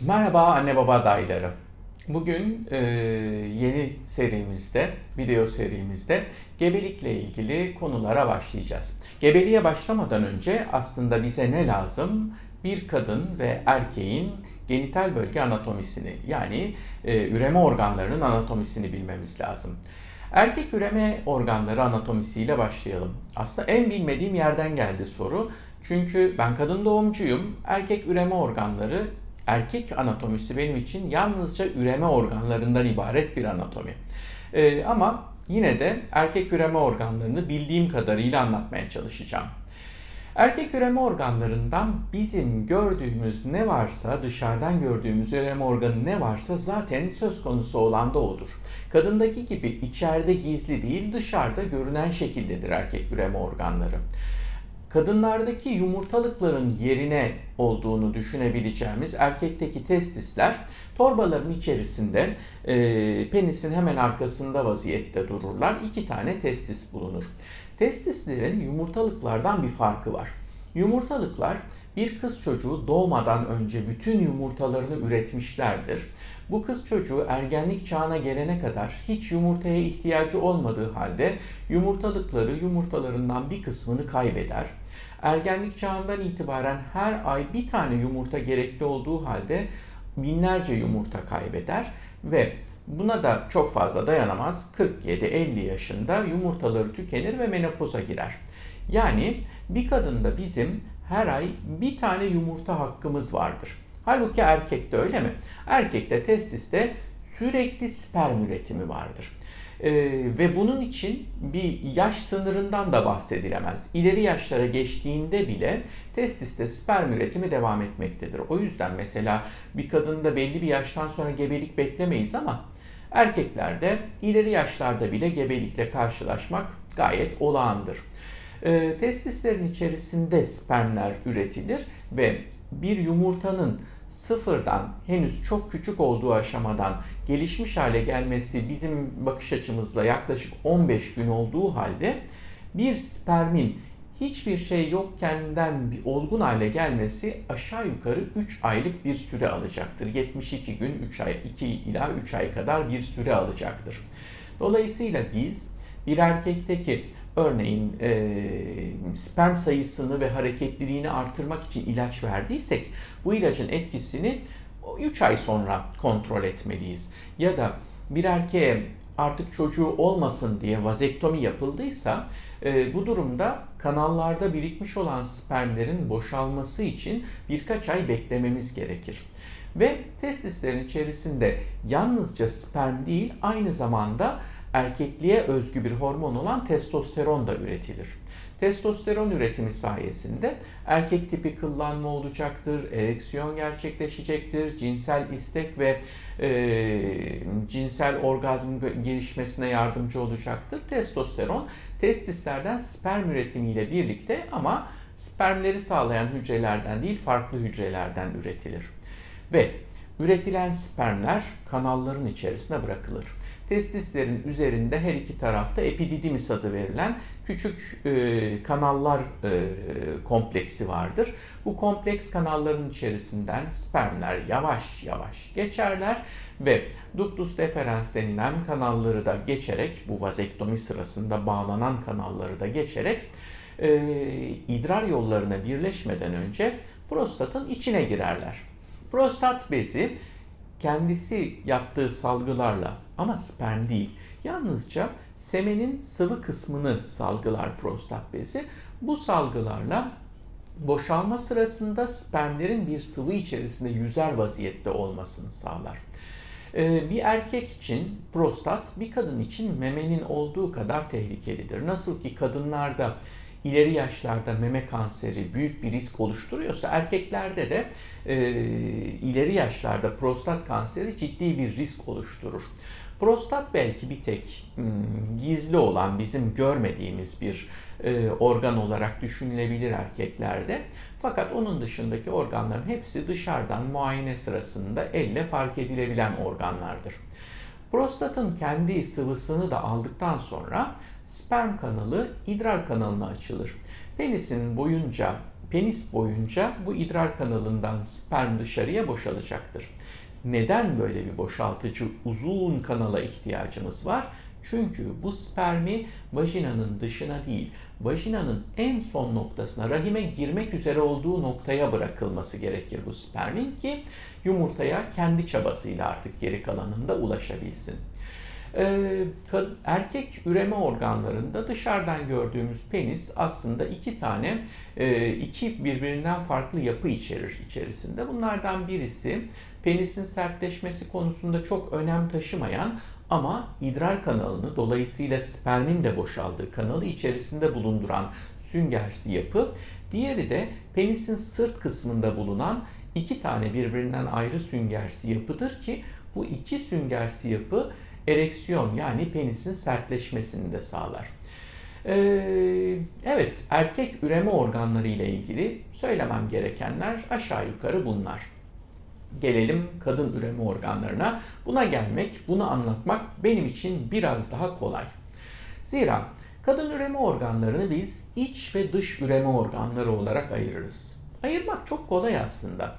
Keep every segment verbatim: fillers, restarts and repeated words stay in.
Merhaba anne baba adayları. Bugün e, yeni serimizde, video serimizde gebelikle ilgili konulara başlayacağız. Gebeliğe başlamadan önce aslında bize ne lazım? Bir kadın ve erkeğin genital bölge anatomisini, yani e, üreme organlarının anatomisini bilmemiz lazım. Erkek üreme organları anatomisiyle başlayalım. Aslında en bilmediğim yerden geldi soru. Çünkü ben kadın doğumcuyum. Erkek üreme organları, erkek anatomisi benim için yalnızca üreme organlarından ibaret bir anatomi. Ee, ama yine de erkek üreme organlarını bildiğim kadarıyla anlatmaya çalışacağım. Erkek üreme organlarından bizim gördüğümüz ne varsa, dışarıdan gördüğümüz üreme organı ne varsa zaten söz konusu olan da odur. Kadındaki gibi içeride gizli değil, dışarıda görünen şekildedir erkek üreme organları. Kadınlardaki yumurtalıkların yerine olduğunu düşünebileceğimiz erkekteki testisler torbaların içerisinde e, penisin hemen arkasında vaziyette dururlar. İki tane testis bulunur. Testislerin yumurtalıklardan bir farkı var. Yumurtalıklar bir kız çocuğu doğmadan önce bütün yumurtalarını üretmişlerdir. Bu kız çocuğu ergenlik çağına gelene kadar hiç yumurtaya ihtiyacı olmadığı halde yumurtalıkları yumurtalarından bir kısmını kaybeder. Ergenlik çağından itibaren her ay bir tane yumurta gerekli olduğu halde binlerce yumurta kaybeder ve buna da çok fazla dayanamaz. kırk yedi elli yaşında yumurtaları tükenir ve menopoza girer. Yani bir kadında bizim her ay bir tane yumurta hakkımız vardır. Halbuki erkekte öyle mi? Erkekte, testiste sürekli sperm üretimi vardır. Ee, ve bunun için bir yaş sınırından da bahsedilemez. İleri yaşlara geçtiğinde bile testiste sperm üretimi devam etmektedir. O yüzden mesela bir kadında belli bir yaştan sonra gebelik beklemeyiz ama erkeklerde ileri yaşlarda bile gebelikle karşılaşmak gayet olağandır. Ee, testislerin içerisinde spermler üretilir ve bir yumurtanın sıfırdan, henüz çok küçük olduğu aşamadan gelişmiş hale gelmesi bizim bakış açımızla yaklaşık on beş gün olduğu halde bir spermin hiçbir şey yokkenden bir olgun hale gelmesi aşağı yukarı üç aylık bir süre alacaktır. yetmiş iki gün, üç ay, iki ila üç ay kadar bir süre alacaktır. Dolayısıyla biz bir erkekteki örneğin e, sperm sayısını ve hareketliliğini artırmak için ilaç verdiysek bu ilacın etkisini üç ay sonra kontrol etmeliyiz. Ya da bir erkeğe artık çocuğu olmasın diye vazektomi yapıldıysa e, bu durumda kanallarda birikmiş olan spermlerin boşalması için birkaç ay beklememiz gerekir. Ve testislerin içerisinde yalnızca sperm değil, aynı zamanda erkekliğe özgü bir hormon olan testosteron da üretilir. Testosteron üretimi sayesinde erkek tipi kıllanma olacaktır, ereksiyon gerçekleşecektir, cinsel istek ve e, cinsel orgazm gelişmesine yardımcı olacaktır. Testosteron testislerden sperm üretimiyle birlikte ama spermleri sağlayan hücrelerden değil farklı hücrelerden üretilir. Ve üretilen spermler kanalların içerisine bırakılır. Testislerin üzerinde her iki tarafta epididymis adı verilen küçük e, kanallar e, kompleksi vardır. Bu kompleks kanalların içerisinden spermler yavaş yavaş geçerler ve ductus deferens denilen kanalları da geçerek, bu vazektomi sırasında bağlanan kanalları da geçerek e, idrar yollarına birleşmeden önce prostatın içine girerler. Prostat bezi kendisi yaptığı salgılarla ama sperm değil, yalnızca semenin sıvı kısmını salgılar prostat bezi. Bu salgılarla boşalma sırasında spermlerin bir sıvı içerisinde yüzer vaziyette olmasını sağlar. Ee, bir erkek için prostat, bir kadın için memenin olduğu kadar tehlikelidir. Nasıl ki kadınlarda ileri yaşlarda meme kanseri büyük bir risk oluşturuyorsa erkeklerde de e, ileri yaşlarda prostat kanseri ciddi bir risk oluşturur. Prostat belki bir tek hmm, gizli olan, bizim görmediğimiz bir e, organ olarak düşünülebilir erkeklerde. Fakat onun dışındaki organların hepsi dışarıdan muayene sırasında elle fark edilebilen organlardır. Prostatın kendi sıvısını da aldıktan sonra sperm kanalı idrar kanalına açılır. Penisin boyunca penis boyunca bu idrar kanalından sperm dışarıya boşalacaktır. Neden böyle bir boşaltıcı uzun kanala ihtiyacımız var? Çünkü bu spermi vajinanın dışına değil, vajinanın en son noktasına, rahime girmek üzere olduğu noktaya bırakılması gerekir bu spermin ki yumurtaya kendi çabasıyla artık geri kalanında ulaşabilsin. Ee, erkek üreme organlarında dışarıdan gördüğümüz penis aslında iki tane, e, iki birbirinden farklı yapı içerir içerisinde. Bunlardan birisi penisin sertleşmesi konusunda çok önem taşımayan ama idrar kanalını, dolayısıyla spermin de boşaldığı kanalı içerisinde bulunduran süngersi yapı. Diğeri de penisin sırt kısmında bulunan iki tane birbirinden ayrı süngersi yapıdır ki bu iki süngersi yapı ereksiyon, yani penisin sertleşmesini de sağlar. Ee, evet, erkek üreme organları ile ilgili söylemem gerekenler aşağı yukarı bunlar. Gelelim kadın üreme organlarına. Buna gelmek, bunu anlatmak benim için biraz daha kolay. Zira kadın üreme organlarını biz iç ve dış üreme organları olarak ayırırız. Ayırmak çok kolay aslında.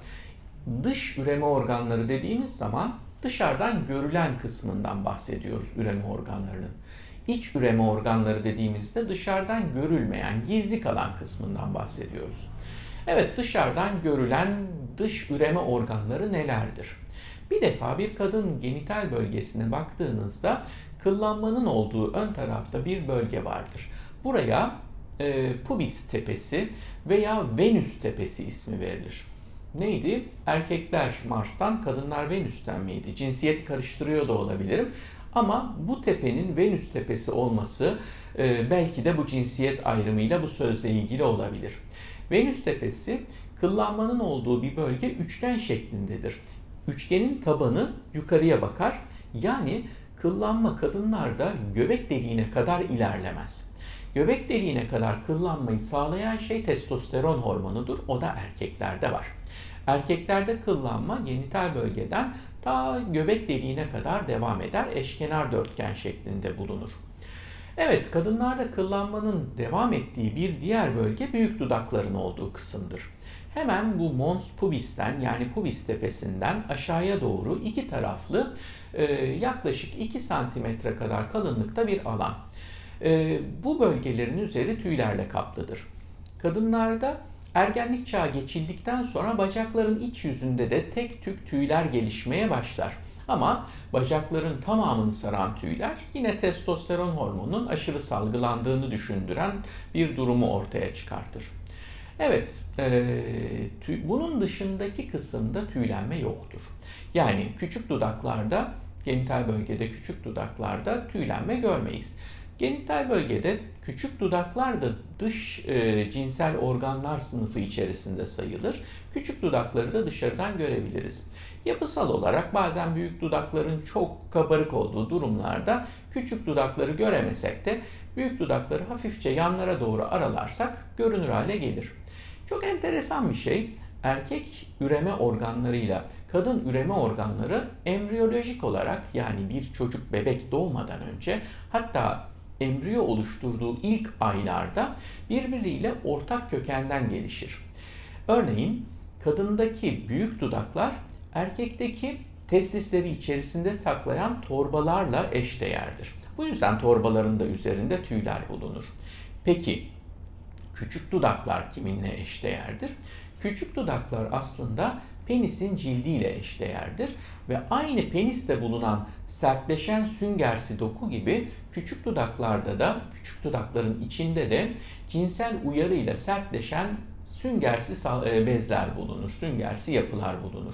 Dış üreme organları dediğimiz zaman dışarıdan görülen kısmından bahsediyoruz üreme organlarının. İç üreme organları dediğimizde dışarıdan görülmeyen, gizli kalan kısmından bahsediyoruz. Evet, dışarıdan görülen dış üreme organları nelerdir? Bir defa bir kadın genital bölgesine baktığınızda kıllanmanın olduğu ön tarafta bir bölge vardır. Buraya e, pubis tepesi veya Venüs tepesi ismi verilir. Neydi? Erkekler Mars'tan, kadınlar Venüs'ten miydi? Cinsiyeti karıştırıyor da olabilirim. Ama bu tepenin Venüs tepesi olması e, belki de bu cinsiyet ayrımıyla bu sözle ilgili olabilir. Venüs tepesi kıllanmanın olduğu bir bölge üçgen şeklindedir. Üçgenin tabanı yukarıya bakar. Yani kıllanma kadınlarda göbek deliğine kadar ilerlemez. Göbek deliğine kadar kıllanmayı sağlayan şey testosteron hormonudur. O da erkeklerde var. Erkeklerde kıllanma genital bölgeden ta göbek deliğine kadar devam eder. Eşkenar dörtgen şeklinde bulunur. Evet, kadınlarda kıllanmanın devam ettiği bir diğer bölge büyük dudakların olduğu kısımdır. Hemen bu mons pubis'ten, yani pubis tepesinden aşağıya doğru iki taraflı e, yaklaşık iki santimetre kadar kalınlıkta bir alan. E, bu bölgelerin üzeri tüylerle kaplıdır. Kadınlarda ergenlik çağı geçildikten sonra bacakların iç yüzünde de tek tük tüyler gelişmeye başlar. Ama bacakların tamamını saran tüyler yine testosteron hormonunun aşırı salgılandığını düşündüren bir durumu ortaya çıkartır. Evet, e, tüy, bunun dışındaki kısımda tüylenme yoktur. Yani küçük dudaklarda, genital bölgede küçük dudaklarda tüylenme görmeyiz. Genital bölgede küçük dudaklar da dış e, cinsel organlar sınıfı içerisinde sayılır. Küçük dudakları da dışarıdan görebiliriz. Yapısal olarak bazen büyük dudakların çok kabarık olduğu durumlarda küçük dudakları göremesek de büyük dudakları hafifçe yanlara doğru aralarsak görünür hale gelir. Çok enteresan bir şey, erkek üreme organlarıyla kadın üreme organları embriyolojik olarak, yani bir çocuk bebek doğmadan önce, hatta embriyo oluşturduğu ilk aylarda birbiriyle ortak kökenden gelişir. Örneğin kadındaki büyük dudaklar erkekteki testisleri içerisinde saklayan torbalarla eşdeğerdir. Bu yüzden torbaların da üzerinde tüyler bulunur. Peki küçük dudaklar kiminle eşdeğerdir? Küçük dudaklar aslında penisin cildiyle eşdeğerdir ve aynı peniste bulunan sertleşen süngersi doku gibi küçük dudaklarda da, küçük dudakların içinde de cinsel uyarıyla sertleşen süngersi bezler bulunur, süngersi yapılar bulunur.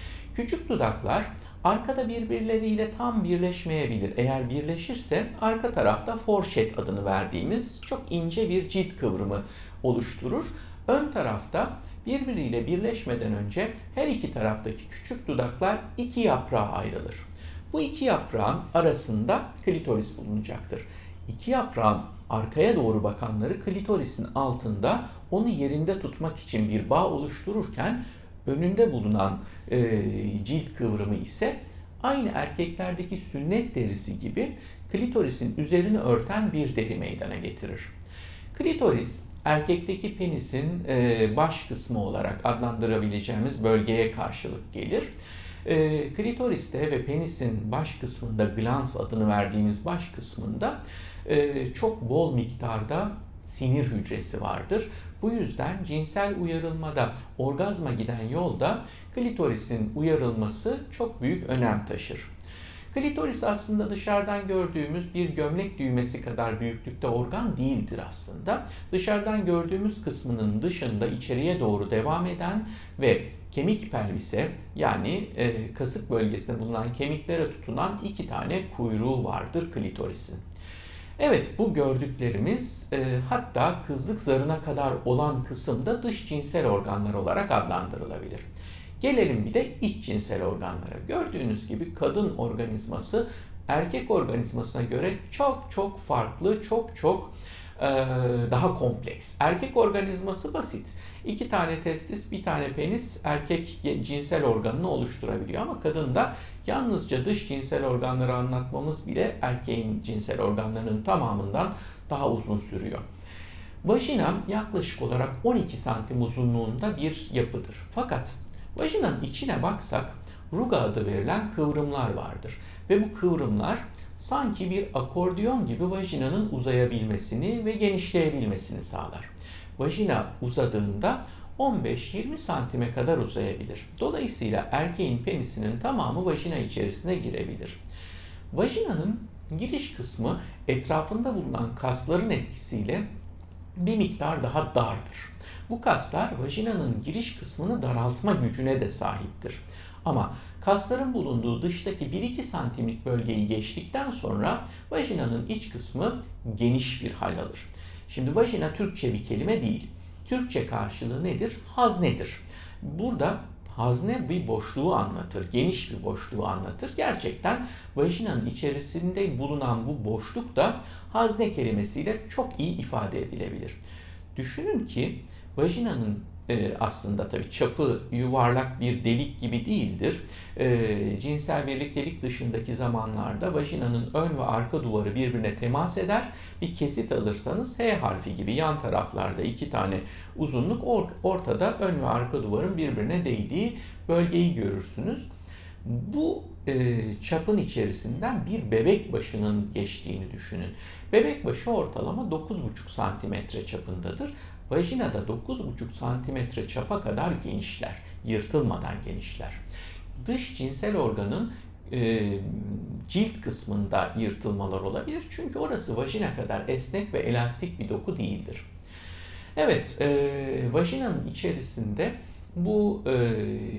Küçük dudaklar arkada birbirleriyle tam birleşmeyebilir. Eğer birleşirse arka tarafta forşet adını verdiğimiz çok ince bir cilt kıvrımı oluşturur. Ön tarafta birbiriyle birleşmeden önce her iki taraftaki küçük dudaklar iki yaprağa ayrılır. Bu iki yaprağın arasında klitoris bulunacaktır. İki yaprağın arkaya doğru bakanları klitorisin altında onu yerinde tutmak için bir bağ oluştururken önünde bulunan e, cilt kıvrımı ise aynı erkeklerdeki sünnet derisi gibi klitorisin üzerini örten bir deri meydana getirir. Klitoris erkekteki penisin e, baş kısmı olarak adlandırabileceğimiz bölgeye karşılık gelir. E, klitoriste ve penisin baş kısmında, glans adını verdiğimiz baş kısmında e, çok bol miktarda sinir hücresi vardır. Bu yüzden cinsel uyarılmada orgazma giden yolda klitorisin uyarılması çok büyük önem taşır. Klitoris aslında dışarıdan gördüğümüz bir gömlek düğmesi kadar büyüklükte organ değildir aslında. Dışarıdan gördüğümüz kısmının dışında içeriye doğru devam eden ve kemik pelvise, yani e, kasık bölgesinde bulunan kemiklere tutunan iki tane kuyruğu vardır klitorisin. Evet, bu gördüklerimiz e, hatta kızlık zarına kadar olan kısımda dış cinsel organlar olarak adlandırılabilir. Gelelim bir de iç cinsel organlara. Gördüğünüz gibi kadın organizması erkek organizmasına göre çok çok farklı, çok çok e, daha kompleks. Erkek organizması basit. İki tane testis, bir tane penis erkek cinsel organını oluşturabiliyor. Ama kadında yalnızca dış cinsel organları anlatmamız bile erkeğin cinsel organlarının tamamından daha uzun sürüyor. Vajina yaklaşık olarak on iki santim uzunluğunda bir yapıdır. Fakat vajinanın içine baksak ruga adı verilen kıvrımlar vardır. Ve bu kıvrımlar sanki bir akordeon gibi vajinanın uzayabilmesini ve genişleyebilmesini sağlar. Vajina uzadığında on beş yirmi santime kadar uzayabilir. Dolayısıyla erkeğin penisinin tamamı vajina içerisine girebilir. Vajinanın giriş kısmı etrafında bulunan kasların etkisiyle bir miktar daha dardır. Bu kaslar vajinanın giriş kısmını daraltma gücüne de sahiptir. Ama kasların bulunduğu dıştaki bir iki santimlik bölgeyi geçtikten sonra vajinanın iç kısmı geniş bir hal alır. Şimdi vajina Türkçe bir kelime değil. Türkçe karşılığı nedir? Haznedir. Burada hazne bir boşluğu anlatır, geniş bir boşluğu anlatır. Gerçekten vajinanın içerisinde bulunan bu boşluk da hazne kelimesiyle çok iyi ifade edilebilir. Düşünün ki vajinanın e, aslında tabii çapı yuvarlak bir delik gibi değildir. E, cinsel birliktelik dışındaki zamanlarda vajinanın ön ve arka duvarı birbirine temas eder. Bir kesit alırsanız H harfi gibi yan taraflarda iki tane uzunluk, or, ortada ön ve arka duvarın birbirine değdiği bölgeyi görürsünüz. Bu e, çapın içerisinden bir bebek başının geçtiğini düşünün. Bebek başı ortalama dokuz buçuk santimetre çapındadır. Vajina da dokuz buçuk santimetre çapa kadar genişler, yırtılmadan genişler. Dış cinsel organın e, cilt kısmında yırtılmalar olabilir. Çünkü orası vajina kadar esnek ve elastik bir doku değildir. Evet, e, vajinanın içerisinde bu e,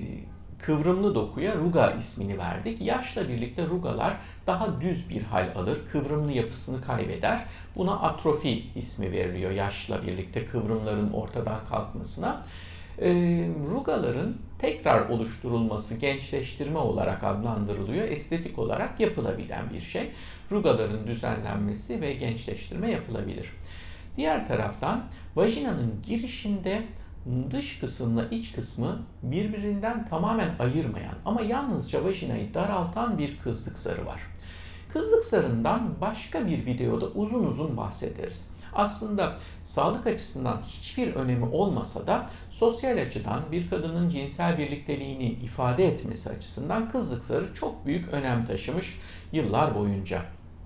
kıvrımlı dokuya ruga ismini verdik. Yaşla birlikte rugalar daha düz bir hal alır, kıvrımlı yapısını kaybeder. Buna atrofi ismi veriliyor yaşla birlikte kıvrımların ortadan kalkmasına. E, rugaların tekrar oluşturulması gençleştirme olarak adlandırılıyor. Estetik olarak yapılabilen bir şey. Rugaların düzenlenmesi ve gençleştirme yapılabilir. Diğer taraftan vajinanın girişinde dış kısımla iç kısmı birbirinden tamamen ayırmayan ama yalnızca vajinayı daraltan bir kızlık zarı var. Kızlık zarından başka bir videoda uzun uzun bahsederiz. Aslında sağlık açısından hiçbir önemi olmasa da sosyal açıdan bir kadının cinsel birlikteliğini ifade etmesi açısından kızlık zarı çok büyük önem taşımış yıllar boyunca.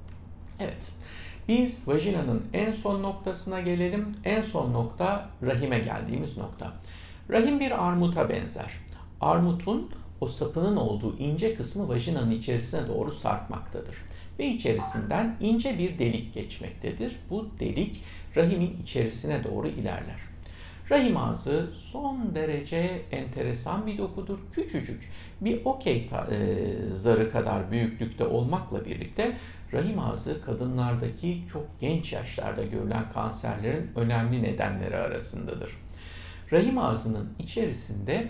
Evet. Biz vajinanın en son noktasına gelelim. En son nokta rahime geldiğimiz nokta. Rahim bir armuta benzer. Armutun o sapının olduğu ince kısmı vajinanın içerisine doğru sarkmaktadır. Ve içerisinden ince bir delik geçmektedir. Bu delik rahimin içerisine doğru ilerler. Rahim ağzı son derece enteresan bir dokudur. Küçücük bir okey zarı kadar büyüklükte olmakla birlikte rahim ağzı kadınlardaki çok genç yaşlarda görülen kanserlerin önemli nedenleri arasındadır. Rahim ağzının içerisinde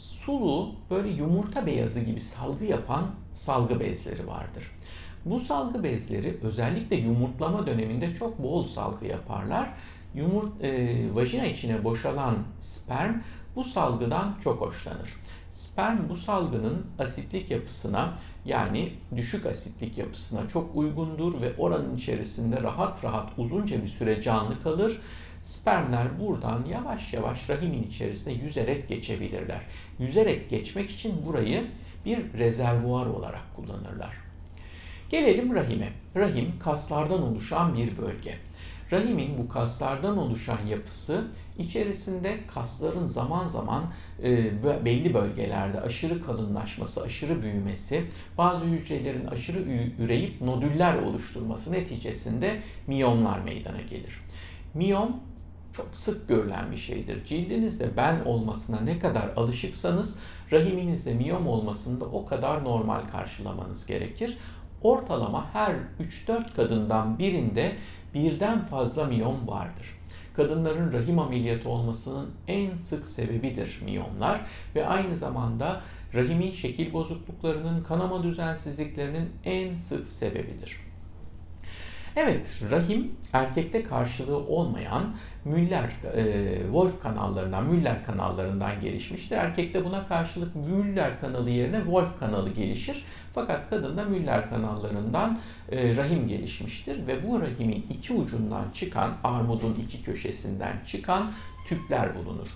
sulu böyle yumurta beyazı gibi salgı yapan salgı bezleri vardır. Bu salgı bezleri özellikle yumurtlama döneminde çok bol salgı yaparlar. Yumurt, e, vajina içine boşalan sperm bu salgıdan çok hoşlanır. Sperm bu salgının asitlik yapısına, yani düşük asitlik yapısına çok uygundur ve oranın içerisinde rahat rahat uzunca bir süre canlı kalır. Spermler buradan yavaş yavaş rahimin içerisinde yüzerek geçebilirler. Yüzerek geçmek için burayı bir rezervuar olarak kullanırlar. Gelelim rahime. Rahim kaslardan oluşan bir bölge. Rahimin bu kaslardan oluşan yapısı içerisinde kasların zaman zaman e, belli bölgelerde aşırı kalınlaşması, aşırı büyümesi, bazı hücrelerin aşırı üreyip nodüller oluşturması neticesinde miyomlar meydana gelir. Miyom çok sık görülen bir şeydir. Cildinizde ben olmasına ne kadar alışıksanız rahiminizde miyom olmasını da o kadar normal karşılamanız gerekir. Ortalama her üç dört kadından birinde birden fazla miyom vardır. Kadınların rahim ameliyatı olmasının en sık sebebidir miyomlar ve aynı zamanda rahimin şekil bozukluklarının, kanama düzensizliklerinin en sık sebebidir. Evet, rahim erkekte karşılığı olmayan Müller, e, Wolf kanallarından, Müller kanallarından gelişmiştir. Erkekte buna karşılık Müller kanalı yerine Wolf kanalı gelişir. Fakat kadında Müller kanallarından e, rahim gelişmiştir ve bu rahimin iki ucundan çıkan, armudun iki köşesinden çıkan tüpler bulunur.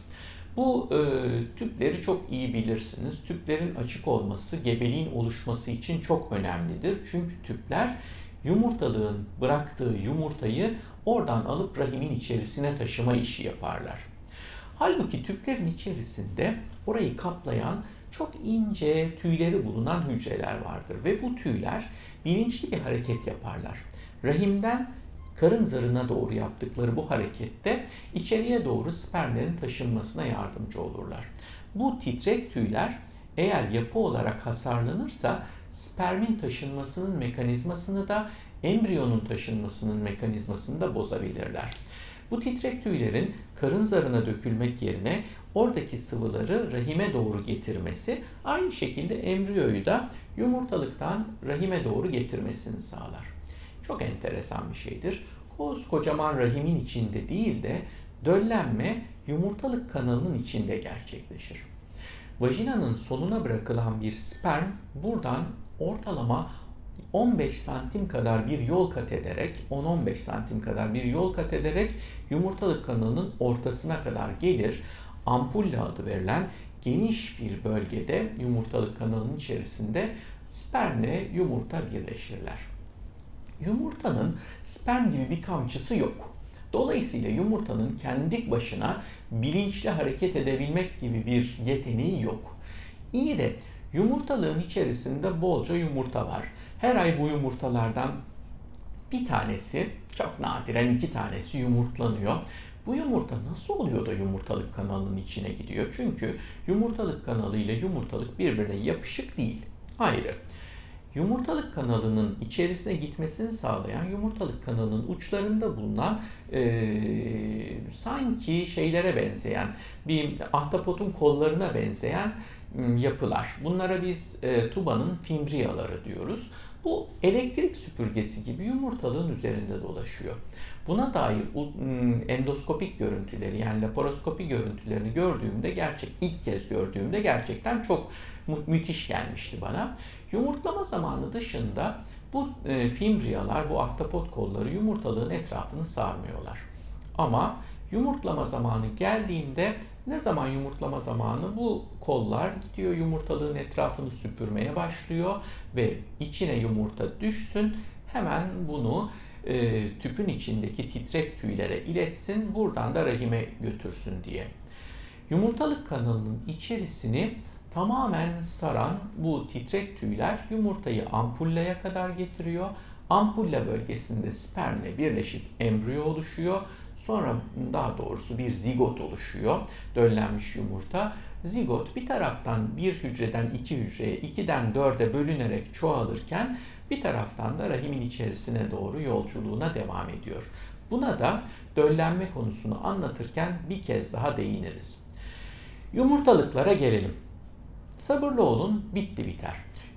Bu e, tüpleri çok iyi bilirsiniz. Tüplerin açık olması gebeliğin oluşması için çok önemlidir. Çünkü tüpler yumurtalığın bıraktığı yumurtayı oradan alıp rahimin içerisine taşıma işi yaparlar. Halbuki tüplerin içerisinde orayı kaplayan çok ince tüyleri bulunan hücreler vardır ve bu tüyler bilinçli bir hareket yaparlar. Rahimden karın zarına doğru yaptıkları bu harekette içeriye doğru spermlerin taşınmasına yardımcı olurlar. Bu titrek tüyler eğer yapı olarak hasarlanırsa spermin taşınmasının mekanizmasını da embriyonun taşınmasının mekanizmasını da bozabilirler. Bu titrek tüylerin karın zarına dökülmek yerine oradaki sıvıları rahime doğru getirmesi aynı şekilde embriyoyu da yumurtalıktan rahime doğru getirmesini sağlar. Çok enteresan bir şeydir. Koskocaman rahimin içinde değil de döllenme yumurtalık kanalının içinde gerçekleşir. Vajinanın sonuna bırakılan bir sperm buradan ortalama on beş santim kadar bir yol kat ederek, on on beş santim kadar bir yol kat ederek yumurtalık kanalının ortasına kadar gelir. Ampulle adı verilen geniş bir bölgede yumurtalık kanalının içerisinde spermle yumurta birleşirler. Yumurtanın sperm gibi bir kamçısı yok. Dolayısıyla yumurtanın kendi başına bilinçli hareket edebilmek gibi bir yeteneği yok. İyi de yumurtalığın içerisinde bolca yumurta var. Her ay bu yumurtalardan bir tanesi, çok nadiren iki tanesi yumurtlanıyor. Bu yumurta nasıl oluyor da yumurtalık kanalının içine gidiyor? Çünkü yumurtalık kanalı ile yumurtalık birbirine yapışık değil, ayrı. Yumurtalık kanalının içerisine gitmesini sağlayan yumurtalık kanalının uçlarında bulunan e, sanki şeylere benzeyen, bir ahtapotun kollarına benzeyen e, yapılar. Bunlara biz e, tubanın fimbriyaları diyoruz. Bu elektrik süpürgesi gibi yumurtalığın üzerinde dolaşıyor. Buna dair endoskopik görüntüleri, yani laparoskopi görüntülerini gördüğümde, gerçek ilk kez gördüğümde gerçekten çok mü- müthiş gelmişti bana. Yumurtlama zamanı dışında bu e, fimbriyalar, bu ahtapot kolları yumurtalığın etrafını sarmıyorlar. Ama yumurtlama zamanı geldiğinde, ne zaman yumurtlama zamanı, bu kollar gidiyor yumurtalığın etrafını süpürmeye başlıyor ve içine yumurta düşsün, hemen bunu e, tüpün içindeki titrek tüylere iletsin, buradan da rahime götürsün diye. Yumurtalık kanalının içerisini tamamen saran bu titrek tüyler yumurtayı ampulleye kadar getiriyor. Ampulle bölgesinde spermle birleşip embriyo oluşuyor. Sonra daha doğrusu bir zigot oluşuyor. Döllenmiş yumurta. Zigot bir taraftan bir hücreden iki hücreye, ikiden dörde bölünerek çoğalırken bir taraftan da rahimin içerisine doğru yolculuğuna devam ediyor. Buna da döllenme konusunu anlatırken bir kez daha değiniriz. Yumurtalıklara gelelim. Sabırlı olun, bitti biter.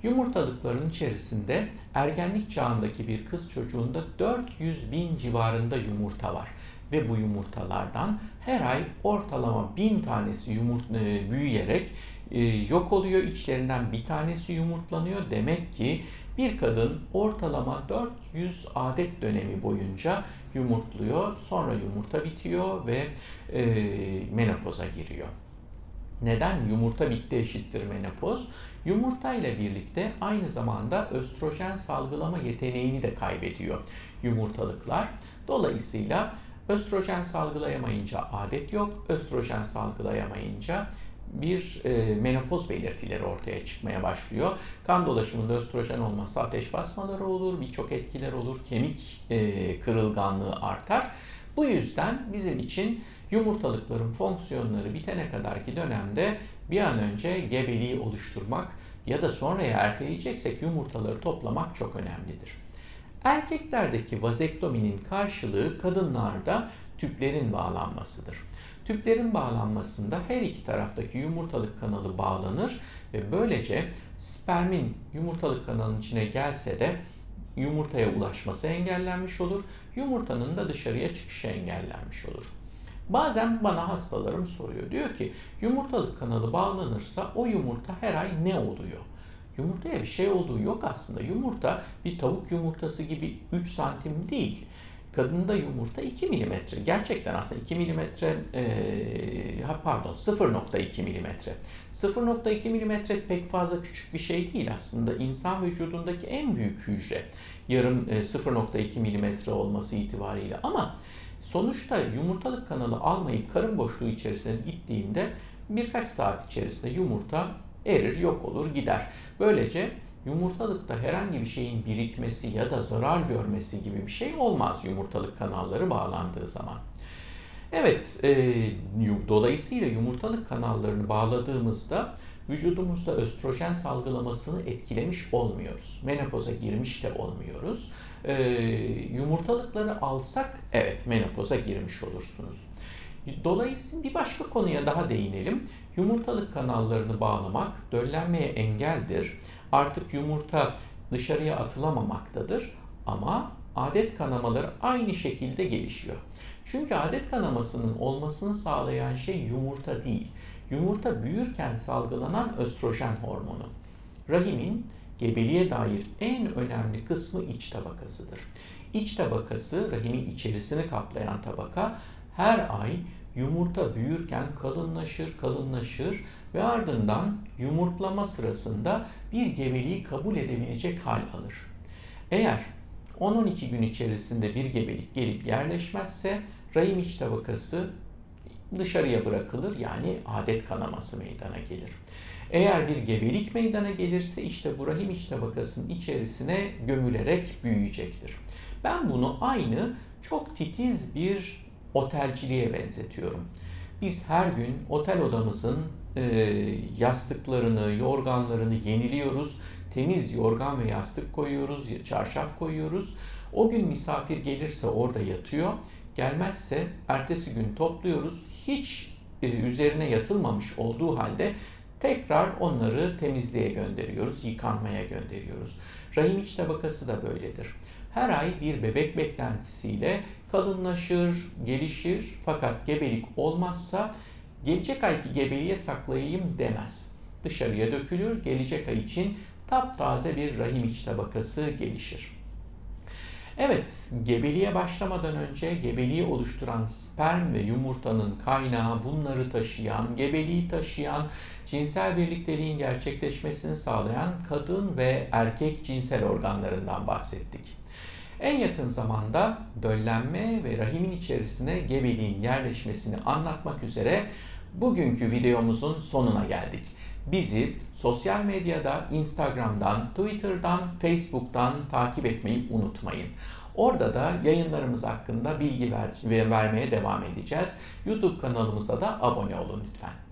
Yumurtalıkların içerisinde ergenlik çağındaki bir kız çocuğunda dört yüz bin civarında yumurta var. Ve bu yumurtalardan her ay ortalama bin tanesi yumurt e, büyüyerek e, yok oluyor. İçlerinden bir tanesi yumurtlanıyor. Demek ki bir kadın ortalama dört yüz adet dönemi boyunca yumurtluyor. Sonra yumurta bitiyor ve e, menopoza giriyor. Neden? Yumurta bitti eşittir menopoz. Yumurta ile birlikte aynı zamanda östrojen salgılama yeteneğini de kaybediyor yumurtalıklar. Dolayısıyla östrojen salgılayamayınca adet yok, östrojen salgılayamayınca bir e, menopoz belirtileri ortaya çıkmaya başlıyor. Kan dolaşımında östrojen olmazsa ateş basmaları olur, birçok etkiler olur, kemik e, kırılganlığı artar. Bu yüzden bizim için yumurtalıkların fonksiyonları bitene kadarki dönemde bir an önce gebeliği oluşturmak ya da sonraya erteleyeceksek yumurtaları toplamak çok önemlidir. Erkeklerdeki vazektominin karşılığı kadınlarda tüplerin bağlanmasıdır. Tüplerin bağlanmasında her iki taraftaki yumurtalık kanalı bağlanır ve böylece spermin yumurtalık kanalının içine gelse de yumurtaya ulaşması engellenmiş olur. Yumurtanın da dışarıya çıkışı engellenmiş olur. Bazen bana hastalarım soruyor. Diyor ki yumurtalık kanalı bağlanırsa o yumurta her ay ne oluyor? Yumurtaya bir şey olduğu yok aslında. Yumurta bir tavuk yumurtası gibi üç santim değil. Kadında yumurta iki milimetre. Gerçekten aslında iki milimetre, ee, pardon sıfır nokta iki milimetre. sıfır nokta iki milimetre pek fazla küçük bir şey değil aslında. İnsan vücudundaki en büyük hücre. Yarım e, sıfır nokta iki milimetre olması itibariyle. Ama sonuçta yumurtalık kanalı almayıp karın boşluğu içerisine gittiğinde birkaç saat içerisinde yumurta erir, yok olur, gider. Böylece yumurtalıkta herhangi bir şeyin birikmesi ya da zarar görmesi gibi bir şey olmaz yumurtalık kanalları bağlandığı zaman. Evet, e, dolayısıyla yumurtalık kanallarını bağladığımızda vücudumuzda östrojen salgılamasını etkilemiş olmuyoruz. Menopoza girmiş de olmuyoruz. E, yumurtalıkları alsak evet menopoza girmiş olursunuz. Dolayısıyla bir başka konuya daha değinelim. Yumurtalık kanallarını bağlamak döllenmeye engeldir. Artık yumurta dışarıya atılamamaktadır ama adet kanamaları aynı şekilde gelişiyor. Çünkü adet kanamasının olmasını sağlayan şey yumurta değil. Yumurta büyürken salgılanan östrojen hormonu. Rahimin gebeliğe dair en önemli kısmı iç tabakasıdır. İç tabakası rahimin içerisini kaplayan tabaka her ay yumurta büyürken kalınlaşır, kalınlaşır ve ardından yumurtlama sırasında bir gebeliği kabul edebilecek hal alır. Eğer on on iki gün içerisinde bir gebelik gelip yerleşmezse rahim iç tabakası dışarıya bırakılır, yani adet kanaması meydana gelir. Eğer bir gebelik meydana gelirse işte bu rahim iç tabakasının içerisine gömülerek büyüyecektir. Ben bunu aynı çok titiz bir otelciliğe benzetiyorum. Biz her gün otel odamızın e, yastıklarını, yorganlarını yeniliyoruz. Temiz yorgan ve yastık koyuyoruz, çarşaf koyuyoruz. O gün misafir gelirse orada yatıyor. Gelmezse ertesi gün topluyoruz. Hiç e, üzerine yatılmamış olduğu halde tekrar onları temizliğe gönderiyoruz, yıkanmaya gönderiyoruz. Rahim iç tabakası da böyledir. Her ay bir bebek beklentisiyle kalınlaşır, gelişir fakat gebelik olmazsa gelecek ayki gebeliğe saklayayım demez. Dışarıya dökülür, gelecek ay için taptaze bir rahim iç tabakası gelişir. Evet, gebeliğe başlamadan önce gebeliği oluşturan sperm ve yumurtanın kaynağı, bunları taşıyan, gebeliği taşıyan, cinsel birlikteliğin gerçekleşmesini sağlayan kadın ve erkek cinsel organlarından bahsettik. En yakın zamanda döllenme ve rahimin içerisine gebeliğin yerleşmesini anlatmak üzere bugünkü videomuzun sonuna geldik. Bizi sosyal medyada, Instagram'dan, Twitter'dan, Facebook'tan takip etmeyi unutmayın. Orada da yayınlarımız hakkında bilgi ver- vermeye devam edeceğiz. YouTube kanalımıza da abone olun lütfen.